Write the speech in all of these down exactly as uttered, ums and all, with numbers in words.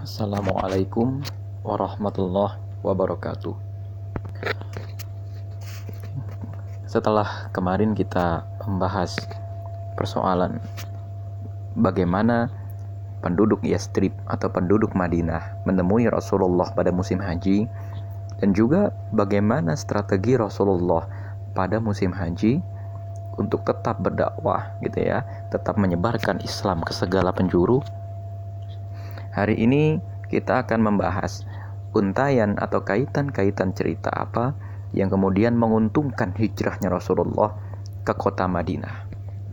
Assalamualaikum warahmatullahi wabarakatuh. Setelah kemarin kita membahas persoalan bagaimana penduduk Yastrib atau penduduk Madinah menemui Rasulullah pada musim haji, dan juga bagaimana strategi Rasulullah pada musim haji untuk tetap berdakwah gitu ya, tetap menyebarkan Islam ke segala penjuru. Hari ini kita akan membahas untayan atau kaitan-kaitan cerita apa yang kemudian menguntungkan hijrahnya Rasulullah ke kota Madinah.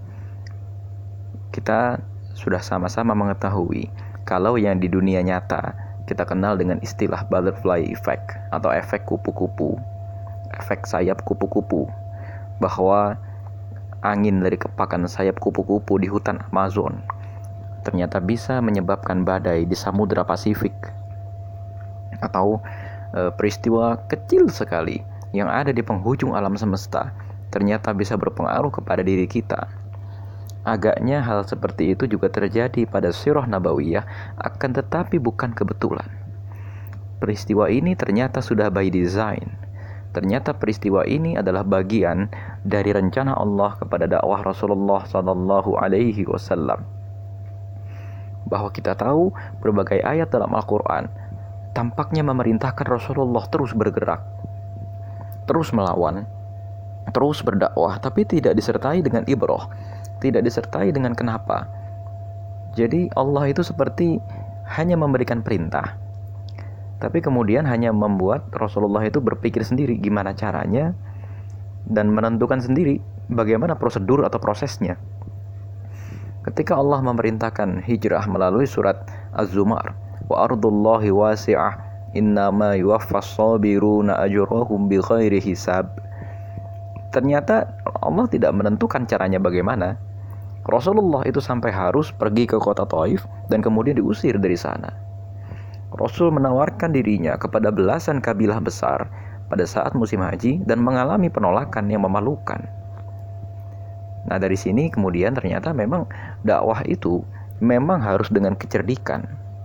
Kita sudah sama-sama mengetahui kalau yang di dunia nyata kita kenal dengan istilah butterfly effect atau efek kupu-kupu, efek sayap kupu-kupu, bahwa angin dari kepakan sayap kupu-kupu di hutan Amazon ternyata bisa menyebabkan badai di Samudra Pasifik, atau e, peristiwa kecil sekali yang ada di penghujung alam semesta ternyata bisa berpengaruh kepada diri kita. Agaknya hal seperti itu juga terjadi pada Sirah Nabawiyah, akan tetapi bukan kebetulan. Peristiwa ini ternyata sudah by design. Ternyata peristiwa ini adalah bagian dari rencana Allah kepada dakwah Rasulullah sallallahu alaihi wasallam. Bahwa kita tahu berbagai ayat dalam Al-Quran tampaknya memerintahkan Rasulullah terus bergerak, terus melawan, terus berdakwah, tapi tidak disertai dengan ibrah, tidak disertai dengan kenapa. Jadi Allah itu seperti hanya memberikan perintah, tapi kemudian hanya membuat Rasulullah itu berpikir sendiri gimana caranya dan menentukan sendiri bagaimana prosedur atau prosesnya. Ketika Allah memerintahkan hijrah melalui surat Az-Zumar, wa ardullahi wasi'ah innama yuwaffas sabiruna ajrahum bighairi hisab, ternyata Allah tidak menentukan caranya bagaimana. Rasulullah itu sampai harus pergi ke kota Taif dan kemudian diusir dari sana. Rasul menawarkan dirinya kepada belasan kabilah besar pada saat musim haji dan mengalami penolakan yang memalukan. Nah, dari sini kemudian ternyata memang dakwah itu memang harus dengan kecerdikan.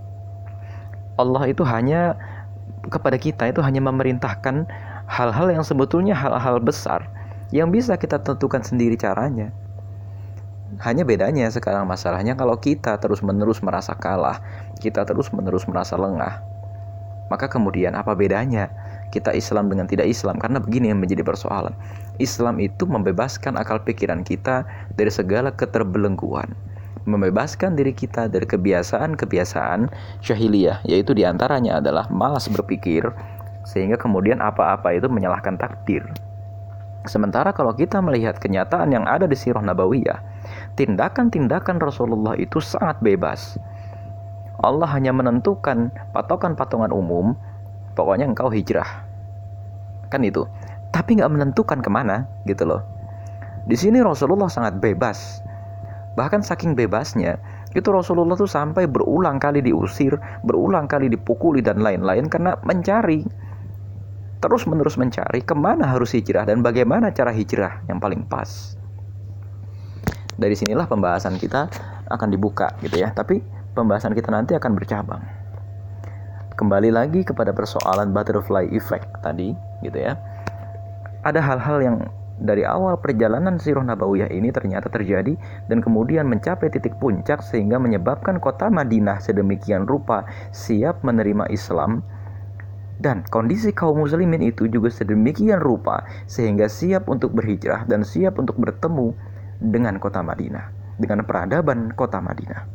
Allah itu hanya kepada kita itu hanya memerintahkan hal-hal yang sebetulnya hal-hal besar yang bisa kita tentukan sendiri caranya. Hanya bedanya sekarang masalahnya kalau kita terus-menerus merasa kalah, kita terus-menerus merasa lengah, maka kemudian apa bedanya kita Islam dengan tidak Islam? Karena begini yang menjadi persoalan. Islam itu membebaskan akal pikiran kita dari segala keterbelengguan, membebaskan diri kita dari kebiasaan-kebiasaan jahiliyah, yaitu diantaranya adalah malas berpikir, sehingga kemudian apa-apa itu menyalahkan takdir. Sementara kalau kita melihat kenyataan yang ada di Sirah Nabawiyah, tindakan-tindakan Rasulullah itu sangat bebas. Allah hanya menentukan patokan-patokan umum, pokoknya engkau hijrah, kan itu. Tapi nggak menentukan kemana, gitu loh. Di sini Rasulullah sangat bebas. Bahkan saking bebasnya, itu Rasulullah tuh sampai berulang kali diusir, berulang kali dipukuli dan lain-lain karena mencari, terus-menerus mencari kemana harus hijrah dan bagaimana cara hijrah yang paling pas. Dari sinilah pembahasan kita akan dibuka, gitu ya. Tapi pembahasan kita nanti akan bercabang. Kembali lagi kepada persoalan butterfly effect tadi, gitu ya. Ada hal-hal yang dari awal perjalanan Sirah Nabawiyah ini ternyata terjadi dan kemudian mencapai titik puncak sehingga menyebabkan kota Madinah sedemikian rupa siap menerima Islam, dan kondisi kaum muslimin itu juga sedemikian rupa sehingga siap untuk berhijrah dan siap untuk bertemu dengan kota Madinah, dengan peradaban kota Madinah.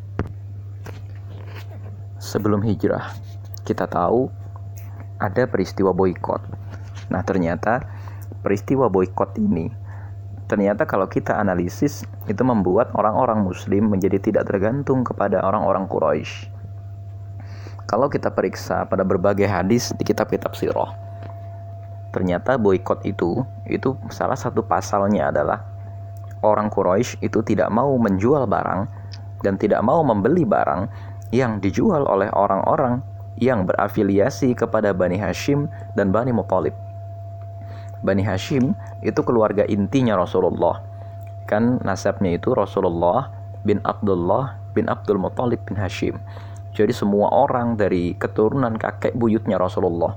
Sebelum hijrah, kita tahu ada peristiwa boikot. Nah, ternyata peristiwa boikot ini ternyata kalau kita analisis itu membuat orang-orang muslim menjadi tidak tergantung kepada orang-orang Quraisy. Kalau kita periksa pada berbagai hadis di kitab-kitab sirah, ternyata boikot itu itu salah satu pasalnya adalah orang Quraisy itu tidak mau menjual barang dan tidak mau membeli barang yang dijual oleh orang-orang yang berafiliasi kepada Bani Hashim dan Bani Muthalib. Bani Hashim itu keluarga intinya Rasulullah. Kan nasabnya itu Rasulullah bin Abdullah bin Abdul Muthalib bin Hashim. Jadi semua orang dari keturunan kakek buyutnya Rasulullah,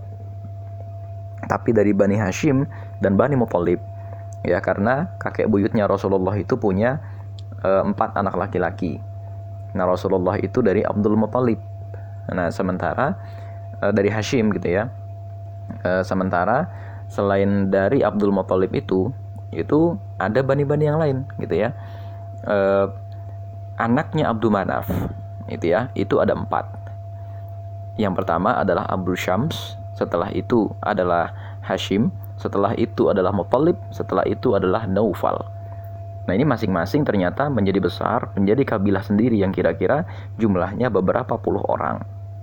tapi dari Bani Hashim dan Bani Muthalib, ya, karena kakek buyutnya Rasulullah itu punya e, empat anak laki-laki. Nah, Rasulullah itu dari Abdul Muthalib. Nah, sementara e, dari Hashim gitu ya. E, sementara selain dari Abdul Muthalib itu, itu ada bani-bani yang lain gitu ya. E, anaknya Abdul Manaf itu ya, itu ada empat. Yang pertama adalah Abdul Syams, setelah itu adalah Hashim, setelah itu adalah Muthalib, setelah itu adalah Naufal. Nah, ini masing-masing ternyata menjadi besar, menjadi kabilah sendiri yang kira-kira jumlahnya beberapa puluh orang.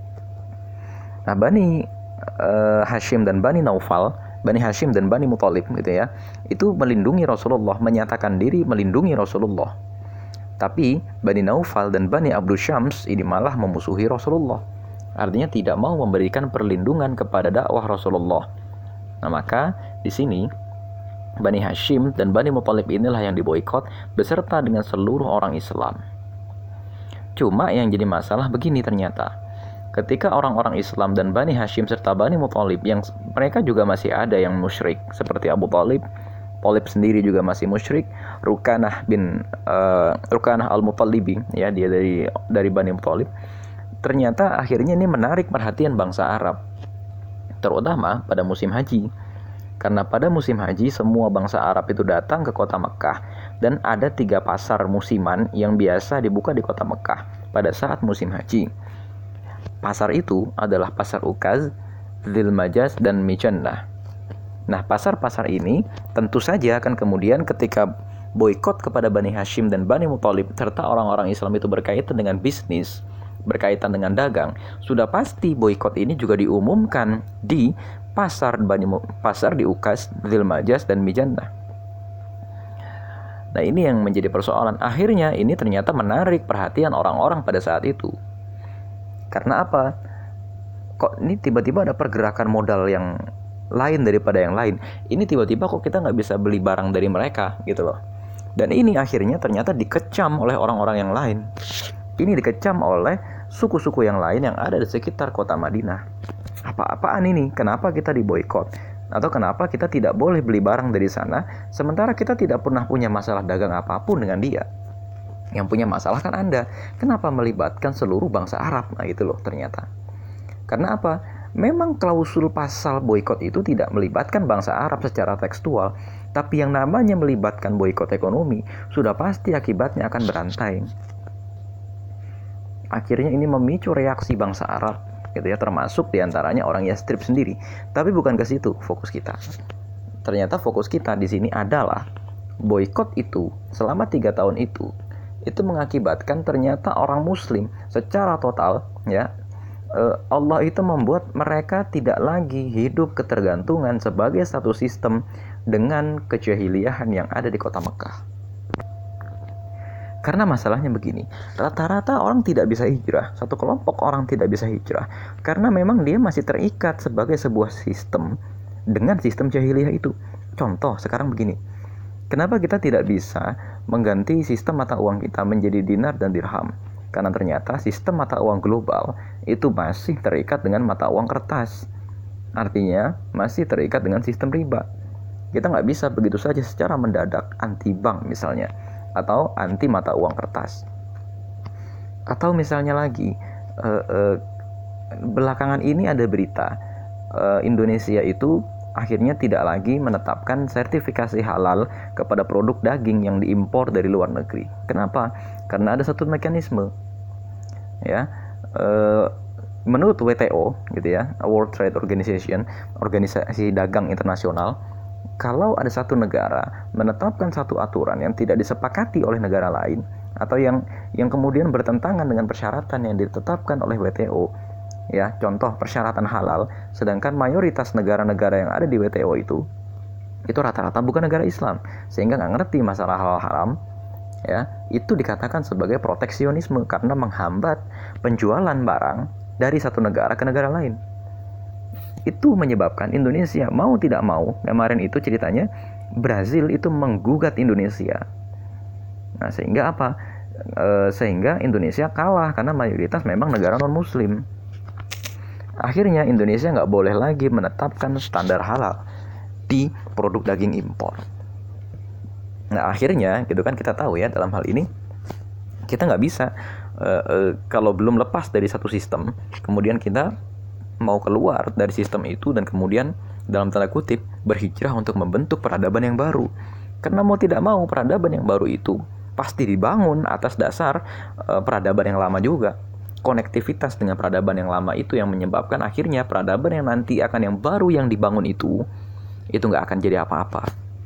Nah, Bani uh, Hashim dan Bani Naufal, Bani Hashim dan Bani Muthalib gitu ya, itu melindungi Rasulullah, menyatakan diri melindungi Rasulullah. Tapi Bani Naufal dan Bani Abdul Syams ini malah memusuhi Rasulullah. Artinya tidak mau memberikan perlindungan kepada dakwah Rasulullah. Nah, maka di sini Bani Hashim dan Bani Muthalib inilah yang diboikot beserta dengan seluruh orang Islam. Cuma yang jadi masalah begini ternyata. Ketika orang-orang Islam dan Bani Hashim serta Bani Muthalib yang mereka juga masih ada yang musyrik seperti Abu Thalib, Thalib sendiri juga masih musyrik, Rukanah bin uh, Rukanah al-Muthalibi, ya, dia dari dari Bani Muthalib. Ternyata akhirnya ini menarik perhatian bangsa Arab, terutama pada musim haji. Karena pada musim haji semua bangsa Arab itu datang ke kota Mekah, dan ada tiga pasar musiman yang biasa dibuka di kota Mekah pada saat musim haji. Pasar itu adalah pasar Ukaz, Dzil Majas, dan Mijannah. Nah, pasar-pasar ini tentu saja akan kemudian ketika boikot kepada Bani Hashim dan Bani Muthalib serta orang-orang Islam itu berkaitan dengan bisnis, berkaitan dengan dagang, sudah pasti boikot ini juga diumumkan di pasar Bani pasar di Ukaz, Dzil Majas, dan Mijannah. Nah, ini yang menjadi persoalan. Akhirnya ini ternyata menarik perhatian orang-orang pada saat itu. Karena apa? Kok ini tiba-tiba ada pergerakan modal yang lain daripada yang lain. Ini tiba-tiba kok kita nggak bisa beli barang dari mereka gitu loh. Dan ini akhirnya ternyata dikecam oleh orang-orang yang lain. Ini dikecam oleh suku-suku yang lain yang ada di sekitar kota Madinah. Apa-apaan ini? Kenapa kita diboikot? Atau kenapa kita tidak boleh beli barang dari sana, sementara kita tidak pernah punya masalah dagang apapun dengan dia? Yang punya masalah kan Anda. Kenapa melibatkan seluruh bangsa Arab? Nah, itu loh ternyata. Karena apa? Memang klausul pasal boikot itu tidak melibatkan bangsa Arab secara tekstual, tapi yang namanya melibatkan boikot ekonomi sudah pasti akibatnya akan berantai. Akhirnya ini memicu reaksi bangsa Arab, gitu ya, termasuk diantaranya orang Yastrib sendiri. Tapi bukan ke situ fokus kita. Ternyata fokus kita di sini adalah boikot itu selama tiga tahun itu, itu mengakibatkan ternyata orang Muslim secara total, ya, Allah itu membuat mereka tidak lagi hidup ketergantungan sebagai satu sistem dengan kejahiliahan yang ada di kota Mekah. Karena masalahnya begini, rata-rata orang tidak bisa hijrah, satu kelompok orang tidak bisa hijrah, karena memang dia masih terikat sebagai sebuah sistem dengan sistem jahiliyah itu. Contoh sekarang begini, kenapa kita tidak bisa mengganti sistem mata uang kita menjadi dinar dan dirham? Karena ternyata sistem mata uang global itu masih terikat dengan mata uang kertas. Artinya masih terikat dengan sistem riba. Kita nggak bisa begitu saja secara mendadak anti bank misalnya, atau anti mata uang kertas. Atau misalnya lagi, eh, eh, belakangan ini ada berita eh, Indonesia itu akhirnya tidak lagi menetapkan sertifikasi halal kepada produk daging yang diimpor dari luar negeri. Kenapa? Karena ada satu mekanisme, ya, e, menurut W T O, gitu ya, World Trade Organization, organisasi dagang internasional, kalau ada satu negara menetapkan satu aturan yang tidak disepakati oleh negara lain, atau yang yang kemudian bertentangan dengan persyaratan yang ditetapkan oleh W T O, ya, contoh persyaratan halal, sedangkan mayoritas negara-negara yang ada di W T O itu itu rata-rata bukan negara Islam, sehingga nggak ngerti masalah halal haram, ya, itu dikatakan sebagai proteksionisme karena menghambat penjualan barang dari satu negara ke negara lain. Itu menyebabkan Indonesia mau tidak mau, kemarin itu ceritanya Brazil itu menggugat Indonesia. Nah, sehingga apa? e, sehingga Indonesia kalah karena mayoritas memang negara non muslim. Akhirnya Indonesia nggak boleh lagi menetapkan standar halal di produk daging impor. Nah akhirnya gitu kan, kita tahu ya dalam hal ini kita nggak bisa e, e, kalau belum lepas dari satu sistem kemudian kita mau keluar dari sistem itu dan kemudian dalam tanda kutip berhijrah untuk membentuk peradaban yang baru. Karena mau tidak mau peradaban yang baru itu pasti dibangun atas dasar e, peradaban yang lama juga. Konektivitas dengan peradaban yang lama itu yang menyebabkan akhirnya peradaban yang nanti akan yang baru yang dibangun itu itu nggak akan jadi apa-apa.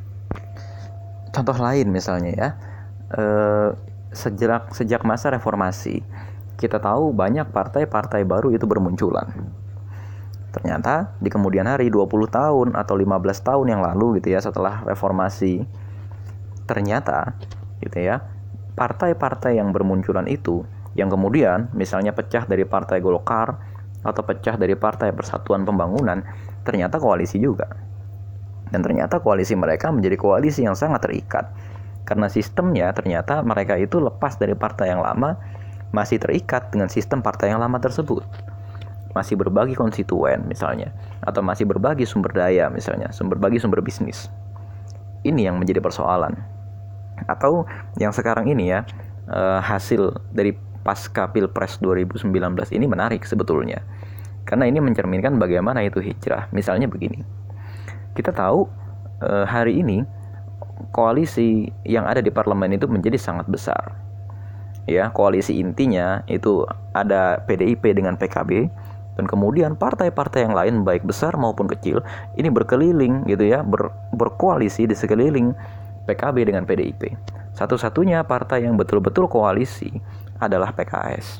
Contoh lain misalnya ya, e, sejak sejak masa reformasi kita tahu banyak partai-partai baru itu bermunculan. Ternyata di kemudian hari dua puluh tahun atau lima belas tahun yang lalu gitu ya, setelah reformasi, ternyata gitu ya, partai-partai yang bermunculan itu yang kemudian misalnya pecah dari Partai Golkar atau pecah dari Partai Persatuan Pembangunan, ternyata koalisi juga. Dan ternyata koalisi mereka menjadi koalisi yang sangat terikat. Karena sistemnya ternyata mereka itu lepas dari partai yang lama, masih terikat dengan sistem partai yang lama tersebut. Masih berbagi konstituen misalnya, atau masih berbagi sumber daya misalnya, sumber berbagi sumber bisnis. Ini yang menjadi persoalan. Atau yang sekarang ini ya, eh, hasil dari pasca Pilpres dua ribu sembilan belas ini menarik sebetulnya. Karena ini mencerminkan bagaimana itu hijrah. Misalnya begini. Kita tahu eh, hari ini koalisi yang ada di parlemen itu menjadi sangat besar. Ya, koalisi intinya itu ada P D I P dengan P K B, dan kemudian partai-partai yang lain baik besar maupun kecil ini berkeliling gitu ya, ber, berkoalisi di sekeliling P K B dengan P D I P. Satu-satunya partai yang betul-betul koalisi adalah P K S.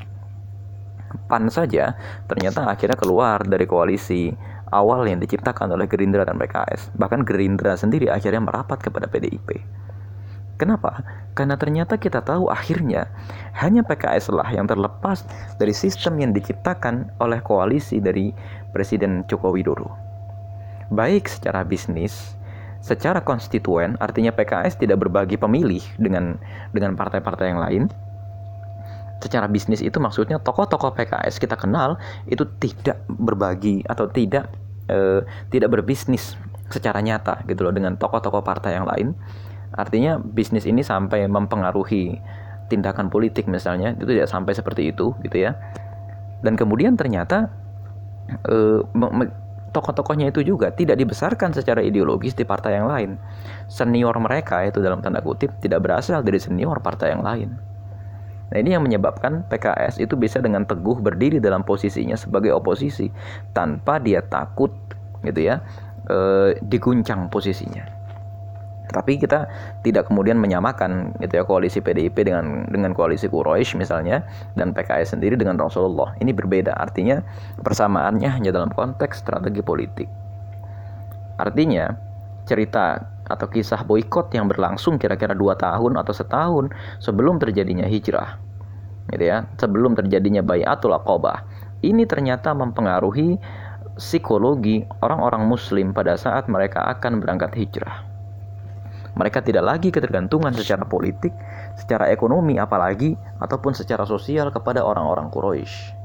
P A N saja ternyata akhirnya keluar dari koalisi awal yang diciptakan oleh Gerindra dan P K S. Bahkan Gerindra sendiri akhirnya merapat kepada P D I P. Kenapa? Karena ternyata kita tahu akhirnya hanya P K S lah yang terlepas dari sistem yang diciptakan oleh koalisi dari Presiden Joko Widodo. Baik secara bisnis, secara konstituen, artinya P K S tidak berbagi pemilih dengan dengan partai-partai yang lain. Secara bisnis itu maksudnya tokoh-tokoh P K S kita kenal itu tidak berbagi atau tidak eh, tidak berbisnis secara nyata gitu loh dengan tokoh-tokoh partai yang lain. Artinya bisnis ini sampai mempengaruhi tindakan politik misalnya, itu tidak sampai seperti itu gitu ya. Dan kemudian ternyata eh, me- tokoh-tokohnya itu juga tidak dibesarkan secara ideologis di partai yang lain. Senior mereka itu dalam tanda kutip tidak berasal dari senior partai yang lain. Nah ini yang menyebabkan P K S itu bisa dengan teguh berdiri dalam posisinya sebagai oposisi tanpa dia takut gitu ya e, diguncang posisinya. Tapi kita tidak kemudian menyamakan gitu ya koalisi P D I P dengan dengan koalisi Quraisy misalnya dan P K S sendiri dengan Rasulullah. Ini berbeda, artinya persamaannya hanya dalam konteks strategi politik. Artinya cerita atau kisah boikot yang berlangsung kira-kira dua tahun atau setahun sebelum terjadinya hijrah, gitu ya, sebelum terjadinya Bai'atul Aqabah, ini ternyata mempengaruhi psikologi orang-orang Muslim pada saat mereka akan berangkat hijrah. Mereka tidak lagi ketergantungan secara politik, secara ekonomi apalagi, ataupun secara sosial kepada orang-orang Quraisy.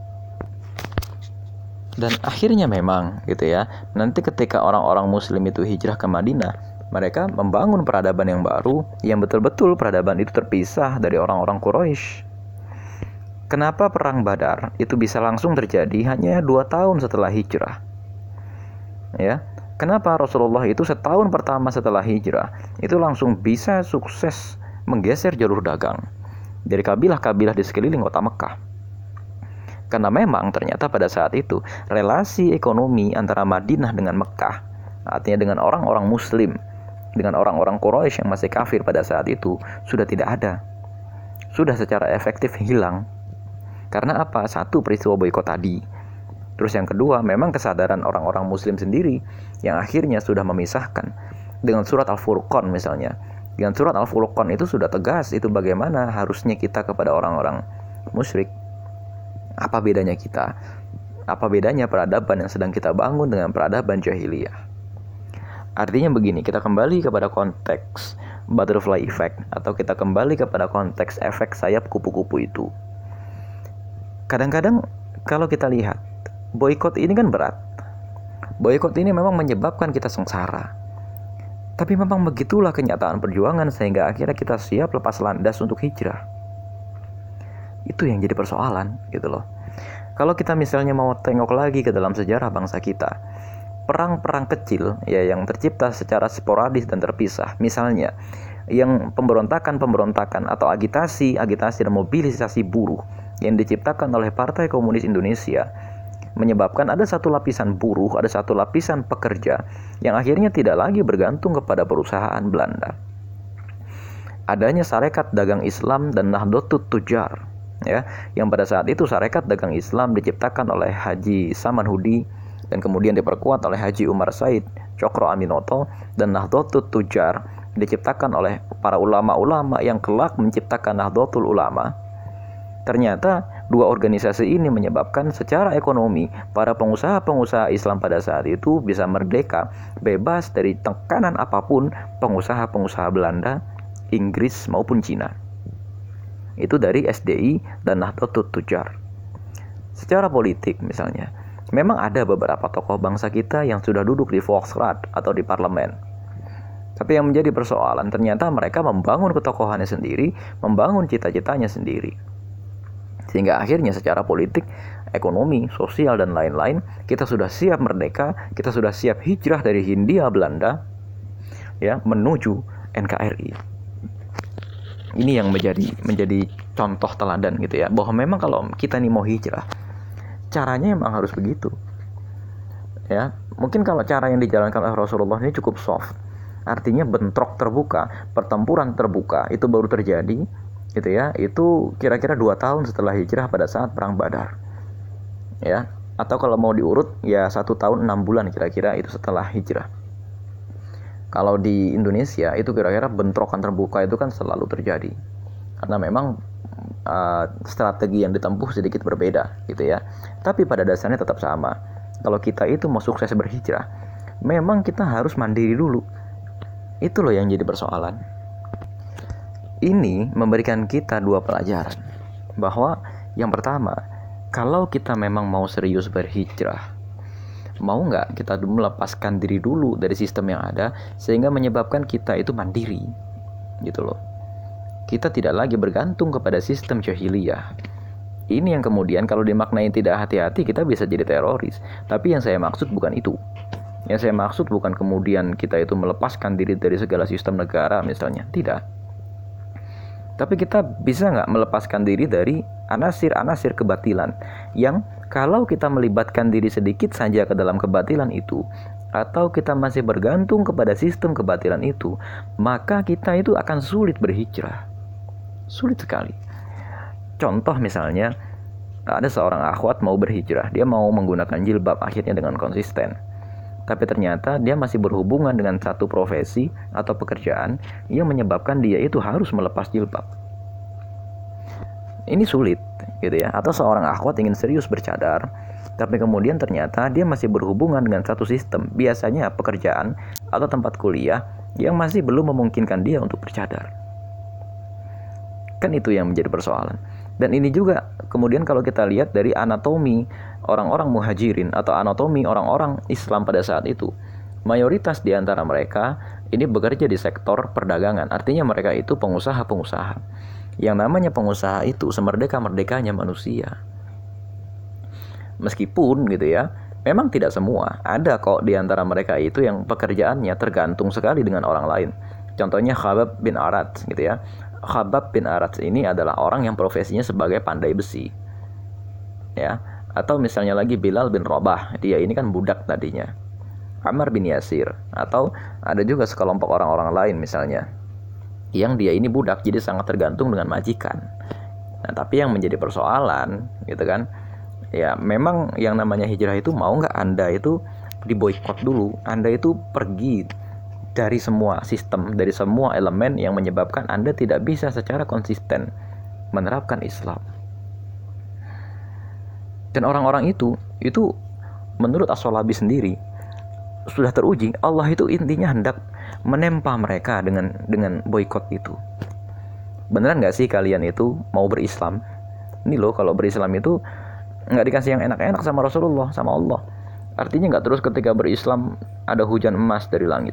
Dan akhirnya memang gitu ya, nanti ketika orang-orang Muslim itu hijrah ke Madinah, mereka membangun peradaban yang baru, yang betul-betul peradaban itu terpisah dari orang-orang Quraisy. Kenapa perang Badar itu bisa langsung terjadi hanya dua tahun setelah hijrah? Ya, kenapa Rasulullah itu setahun pertama setelah hijrah itu langsung bisa sukses menggeser jalur dagang dari kabilah-kabilah di sekeliling kota Mekah? Karena memang ternyata pada saat itu relasi ekonomi antara Madinah dengan Mekah, artinya dengan orang-orang Muslim, dengan orang-orang Quraisy yang masih kafir pada saat itu sudah tidak ada, sudah secara efektif hilang. Karena apa? Satu, peristiwa boikot tadi. Terus yang kedua, memang kesadaran orang-orang Muslim sendiri yang akhirnya sudah memisahkan. Dengan surat Al-Furqan misalnya, dengan surat Al-Furqan itu sudah tegas itu bagaimana harusnya kita kepada orang-orang musyrik. Apa bedanya kita? Apa bedanya peradaban yang sedang kita bangun dengan peradaban jahiliyah? Artinya begini, kita kembali kepada konteks butterfly effect, atau kita kembali kepada konteks efek sayap kupu-kupu itu. Kadang-kadang kalau kita lihat, boykot ini kan berat. Boykot ini memang menyebabkan kita sengsara. Tapi memang begitulah kenyataan perjuangan sehingga akhirnya kita siap lepas landas untuk hijrah. Itu yang jadi persoalan gitu loh. Kalau kita misalnya mau tengok lagi ke dalam sejarah bangsa kita, perang-perang kecil ya yang tercipta secara sporadis dan terpisah, misalnya yang pemberontakan-pemberontakan atau agitasi-agitasi dan mobilisasi buruh yang diciptakan oleh Partai Komunis Indonesia, menyebabkan ada satu lapisan buruh, ada satu lapisan pekerja yang akhirnya tidak lagi bergantung kepada perusahaan Belanda. Adanya Sarekat Dagang Islam dan Nahdlatul Tujjar, ya, yang pada saat itu Sarekat Dagang Islam diciptakan oleh Haji Samanhudi dan kemudian diperkuat oleh Haji Umar Said Cokro Aminoto, dan Nahdlatul Tujjar diciptakan oleh para ulama-ulama yang kelak menciptakan Nahdlatul Ulama. Ternyata dua organisasi ini menyebabkan secara ekonomi para pengusaha-pengusaha Islam pada saat itu bisa merdeka, bebas dari tekanan apapun pengusaha-pengusaha Belanda, Inggris maupun Cina. Itu dari S D I dan Nahdlatul Tujjar. Secara politik misalnya, memang ada beberapa tokoh bangsa kita yang sudah duduk di Volksraad atau di parlemen. Tapi yang menjadi persoalan, ternyata mereka membangun ketokohannya sendiri, membangun cita-citanya sendiri. Sehingga akhirnya secara politik, ekonomi, sosial, dan lain-lain, kita sudah siap merdeka, kita sudah siap hijrah dari Hindia Belanda ya menuju N K R I. Ini yang menjadi menjadi contoh teladan gitu ya, bahwa memang kalau kita nih mau hijrah, caranya emang harus begitu. Ya, mungkin kalau cara yang dijalankan oleh Rasulullah ini cukup soft. Artinya bentrok terbuka, pertempuran terbuka itu baru terjadi gitu ya, itu kira-kira dua tahun setelah hijrah pada saat perang Badar ya, atau kalau mau diurut ya satu tahun enam bulan kira-kira itu setelah hijrah. Kalau di Indonesia itu kira-kira bentrokan terbuka itu kan selalu terjadi karena memang uh, strategi yang ditempuh sedikit berbeda gitu ya, tapi pada dasarnya tetap sama. Kalau kita itu mau sukses berhijrah, memang kita harus mandiri dulu. Itu loh yang jadi persoalan. Ini memberikan kita dua pelajaran, bahwa yang pertama, kalau kita memang mau serius berhijrah, mau nggak kita melepaskan diri dulu dari sistem yang ada sehingga menyebabkan kita itu mandiri gitu loh. Kita tidak lagi bergantung kepada sistem jahiliyah. Ini yang kemudian kalau dimaknai tidak hati-hati kita bisa jadi teroris. Tapi yang saya maksud bukan itu. Yang saya maksud bukan kemudian kita itu melepaskan diri dari segala sistem negara misalnya, tidak. Tapi kita bisa nggak melepaskan diri dari anasir-anasir kebatilan yang kalau kita melibatkan diri sedikit saja ke dalam kebatilan itu, atau kita masih bergantung kepada sistem kebatilan itu, maka kita itu akan sulit berhijrah. Sulit sekali. Contoh misalnya, ada seorang akhwat mau berhijrah, dia mau menggunakan jilbab akhirnya dengan konsisten. Tapi ternyata dia masih berhubungan dengan satu profesi atau pekerjaan yang menyebabkan dia itu harus melepas jilbab. Ini sulit gitu ya. Atau seorang akhwat ingin serius bercadar, tapi kemudian ternyata dia masih berhubungan dengan satu sistem, biasanya pekerjaan atau tempat kuliah yang masih belum memungkinkan dia untuk bercadar. Kan itu yang menjadi persoalan. Dan ini juga kemudian kalau kita lihat dari anatomi orang-orang muhajirin atau anatomi orang-orang Islam pada saat itu, mayoritas di antara mereka ini bekerja di sektor perdagangan. Artinya mereka itu pengusaha-pengusaha. Yang namanya pengusaha itu semerdeka-merdekanya manusia. Meskipun gitu ya, memang tidak semua. Ada kok di antara mereka itu yang pekerjaannya tergantung sekali dengan orang lain. Contohnya Khabbab bin Arat gitu ya. Khabbab bin Arat ini adalah orang yang profesinya sebagai pandai besi. Ya, atau misalnya lagi Bilal bin Rabah, dia ini kan budak tadinya. Ammar bin Yasir, atau ada juga sekelompok orang-orang lain misalnya yang dia ini budak jadi sangat tergantung dengan majikan. Nah, tapi yang menjadi persoalan gitu kan, ya memang yang namanya hijrah itu mau nggak Anda itu diboikot dulu, Anda itu pergi dari semua sistem, dari semua elemen yang menyebabkan Anda tidak bisa secara konsisten menerapkan Islam. Dan orang-orang itu, itu menurut As-Shalabi sendiri, sudah teruji, Allah itu intinya hendak menempa mereka dengan dengan boykot itu. Beneran nggak sih kalian itu mau berislam? Ini loh, kalau berislam itu nggak dikasih yang enak-enak sama Rasulullah, sama Allah. Artinya nggak terus ketika berislam ada hujan emas dari langit.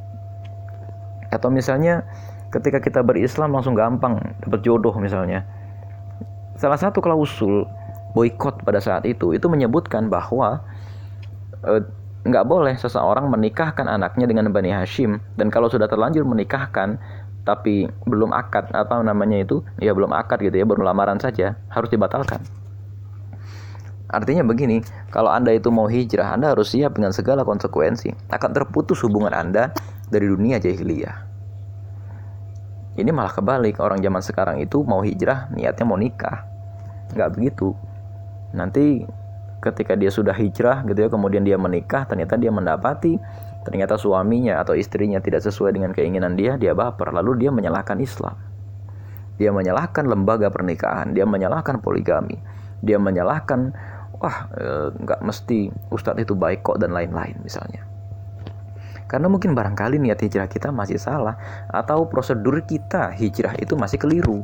Atau misalnya ketika kita berislam langsung gampang dapat jodoh misalnya. Salah satu klausul boykot pada saat itu itu menyebutkan bahwa eh, nggak boleh seseorang menikahkan anaknya dengan Bani Hashim, dan kalau sudah terlanjur menikahkan tapi belum akad, apa namanya itu, ya belum akad gitu ya, baru lamaran saja, harus dibatalkan. Artinya begini, kalau Anda itu mau hijrah, Anda harus siap dengan segala konsekuensi. Akan terputus hubungan Anda dari dunia jahiliyah. Ini malah kebalik, orang zaman sekarang itu mau hijrah, niatnya mau nikah. Nggak begitu. Nanti ketika dia sudah hijrah gitu ya, kemudian dia menikah, ternyata dia mendapati ternyata suaminya atau istrinya tidak sesuai dengan keinginan dia, dia baper, lalu dia menyalahkan Islam. Dia menyalahkan lembaga pernikahan, dia menyalahkan poligami, dia menyalahkan, wah e, nggak mesti ustadz itu baik kok, dan lain-lain misalnya. Karena mungkin barangkali niat hijrah kita masih salah, atau prosedur kita hijrah itu masih keliru.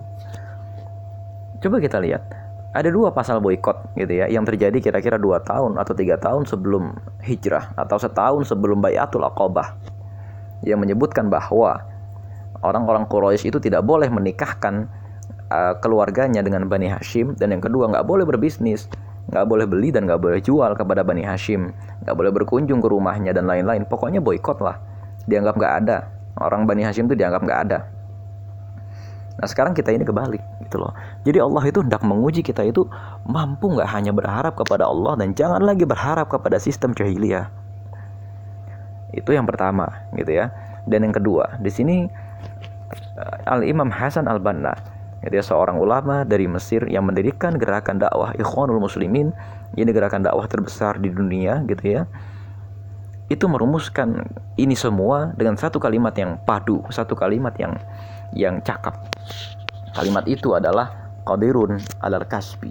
Coba kita lihat, ada dua pasal boykot gitu ya, yang terjadi kira-kira dua tahun atau tiga tahun sebelum hijrah, atau setahun sebelum Bai'atul Aqabah, yang menyebutkan bahwa orang-orang Quraisy itu tidak boleh menikahkan uh, keluarganya dengan Bani Hashim, dan yang kedua nggak boleh berbisnis, nggak boleh beli dan nggak boleh jual kepada Bani Hashim, nggak boleh berkunjung ke rumahnya dan lain-lain. Pokoknya boykot lah, dianggap nggak ada. Orang Bani Hashim itu dianggap nggak ada. Nah sekarang kita ini kebalik gitu loh. Jadi Allah itu hendak menguji kita itu mampu nggak hanya berharap kepada Allah, dan jangan lagi berharap kepada sistem jahiliyah. Itu yang pertama gitu ya. Dan yang kedua, di sini Al-Imam Hasan Al-Banna, dia seorang ulama dari Mesir yang mendirikan gerakan dakwah Ikhwanul Muslimin. Ini gerakan dakwah terbesar di dunia gitu ya. Itu merumuskan ini semua dengan satu kalimat yang padu, satu kalimat yang yang cakap. Kalimat itu adalah qadirun alal kasbi.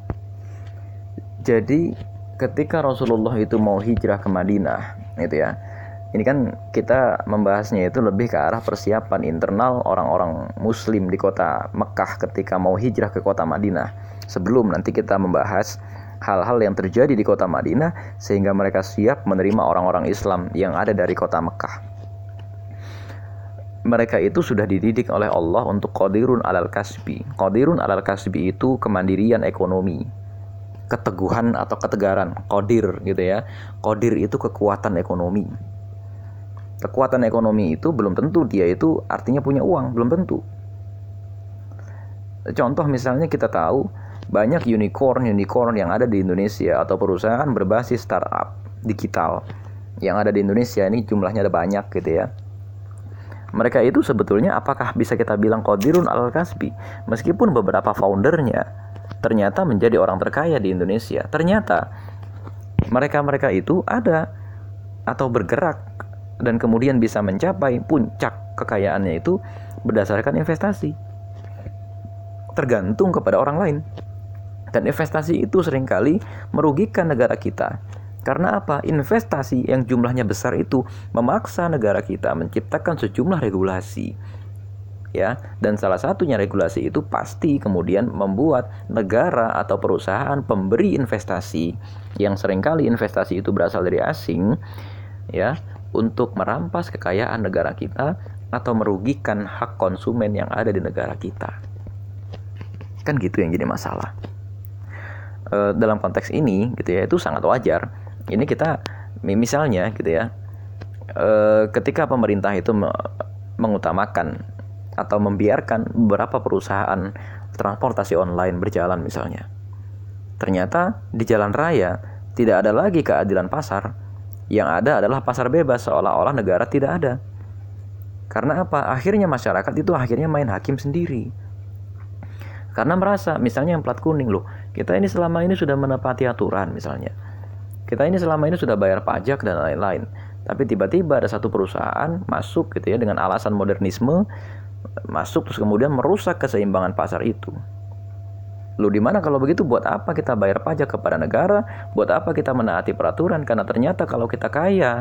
Jadi ketika Rasulullah itu mau hijrah ke Madinah gitu ya, ini kan kita membahasnya itu lebih ke arah persiapan internal orang-orang muslim di kota Mekah ketika mau hijrah ke kota Madinah, sebelum nanti kita membahas hal-hal yang terjadi di kota Madinah sehingga mereka siap menerima orang-orang Islam yang ada dari kota Mekah. Mereka itu sudah dididik oleh Allah untuk qadirun alal kasbi. Qadirun alal kasbi itu kemandirian ekonomi, keteguhan atau ketegaran, qadir gitu ya. Qadir itu kekuatan ekonomi. Kekuatan ekonomi itu belum tentu dia itu artinya punya uang, belum tentu. Contoh misalnya kita tahu banyak unicorn-unicorn yang ada di Indonesia, atau perusahaan berbasis startup digital yang ada di Indonesia. Ini jumlahnya ada banyak gitu ya. Mereka itu sebetulnya apakah bisa kita bilang qadirun alal kasbi? Meskipun beberapa foundernya ternyata menjadi orang terkaya di Indonesia, ternyata mereka-mereka itu ada atau bergerak dan kemudian bisa mencapai puncak kekayaannya itu berdasarkan investasi, tergantung kepada orang lain. Dan investasi itu seringkali merugikan negara kita. Karena apa? Investasi yang jumlahnya besar itu memaksa negara kita menciptakan sejumlah regulasi. Ya, dan salah satunya regulasi itu pasti kemudian membuat negara atau perusahaan pemberi investasi, yang seringkali investasi itu berasal dari asing, ya, untuk merampas kekayaan negara kita atau merugikan hak konsumen yang ada di negara kita. Kan gitu yang jadi masalah. E, dalam konteks ini gitu ya, itu sangat wajar. Ini kita misalnya gitu ya, e, ketika pemerintah itu me, mengutamakan atau membiarkan beberapa perusahaan transportasi online berjalan misalnya, ternyata di jalan raya tidak ada lagi keadilan pasar, yang ada adalah pasar bebas, seolah-olah negara tidak ada. Karena apa? Akhirnya masyarakat itu akhirnya main hakim sendiri. Karena merasa misalnya yang plat kuning, loh kita ini selama ini sudah menepati aturan misalnya, kita ini selama ini sudah bayar pajak dan lain-lain, tapi tiba-tiba ada satu perusahaan masuk gitu ya dengan alasan modernisme, masuk terus kemudian merusak keseimbangan pasar itu. Loh di mana kalau begitu buat apa kita bayar pajak kepada negara? Buat apa kita menaati peraturan? Karena ternyata kalau kita kaya,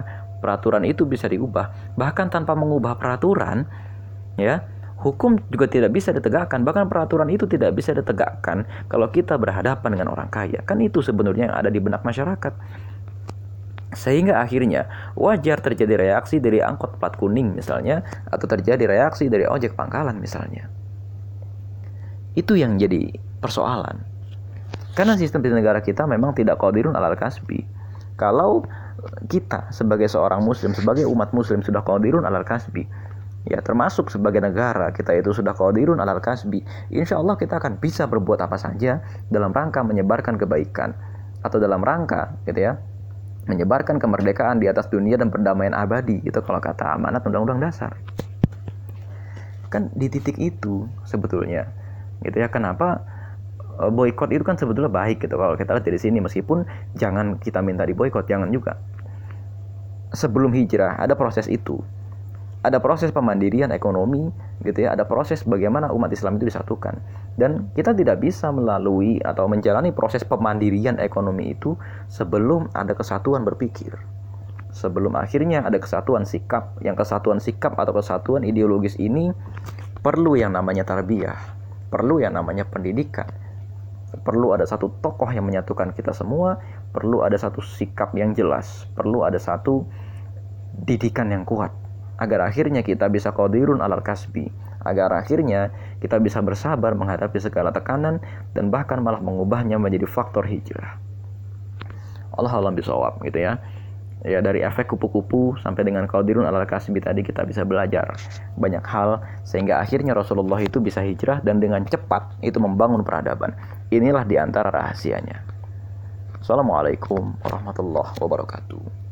peraturan itu bisa diubah. Bahkan tanpa mengubah peraturan, ya, hukum juga tidak bisa ditegakkan. Bahkan peraturan itu tidak bisa ditegakkan kalau kita berhadapan dengan orang kaya. Kan itu sebenarnya yang ada di benak masyarakat. Sehingga akhirnya wajar terjadi reaksi dari angkot plat kuning misalnya, atau terjadi reaksi dari ojek pangkalan misalnya. Itu yang jadi persoalan. Karena sistem di negara kita memang tidak qadirun alal kasbi. Kalau kita sebagai seorang muslim, sebagai umat muslim sudah qadirun alal kasbi, ya termasuk sebagai negara kita itu sudah qadirun alal kasbi, insya Allah kita akan bisa berbuat apa saja dalam rangka menyebarkan kebaikan, atau dalam rangka gitu ya, menyebarkan kemerdekaan di atas dunia dan perdamaian abadi, itu kalau kata amanat undang-undang dasar. Kan di titik itu sebetulnya gitu ya, kenapa boykot itu kan sebetulnya baik gitu kalau kita lihat dari sini, meskipun jangan kita minta di boykot, jangan juga. Sebelum hijrah ada proses itu, ada proses pemandirian ekonomi gitu ya, ada proses bagaimana umat Islam itu disatukan, dan kita tidak bisa melalui atau menjalani proses pemandirian ekonomi itu sebelum ada kesatuan berpikir, sebelum akhirnya ada kesatuan sikap. Yang kesatuan sikap atau kesatuan ideologis ini perlu yang namanya tarbiyah, perlu yang namanya pendidikan, perlu ada satu tokoh yang menyatukan kita semua, perlu ada satu sikap yang jelas, perlu ada satu didikan yang kuat, agar akhirnya kita bisa qadirun alal kasbi, agar akhirnya kita bisa bersabar menghadapi segala tekanan dan bahkan malah mengubahnya menjadi faktor hijrah. Allah alam bisawab gitu ya. Ya, dari efek kupu-kupu sampai dengan qadirun alal kasbi tadi kita bisa belajar banyak hal, sehingga akhirnya Rasulullah itu bisa hijrah dan dengan cepat itu membangun peradaban. Inilah diantara rahasianya. Assalamualaikum warahmatullahi wabarakatuh.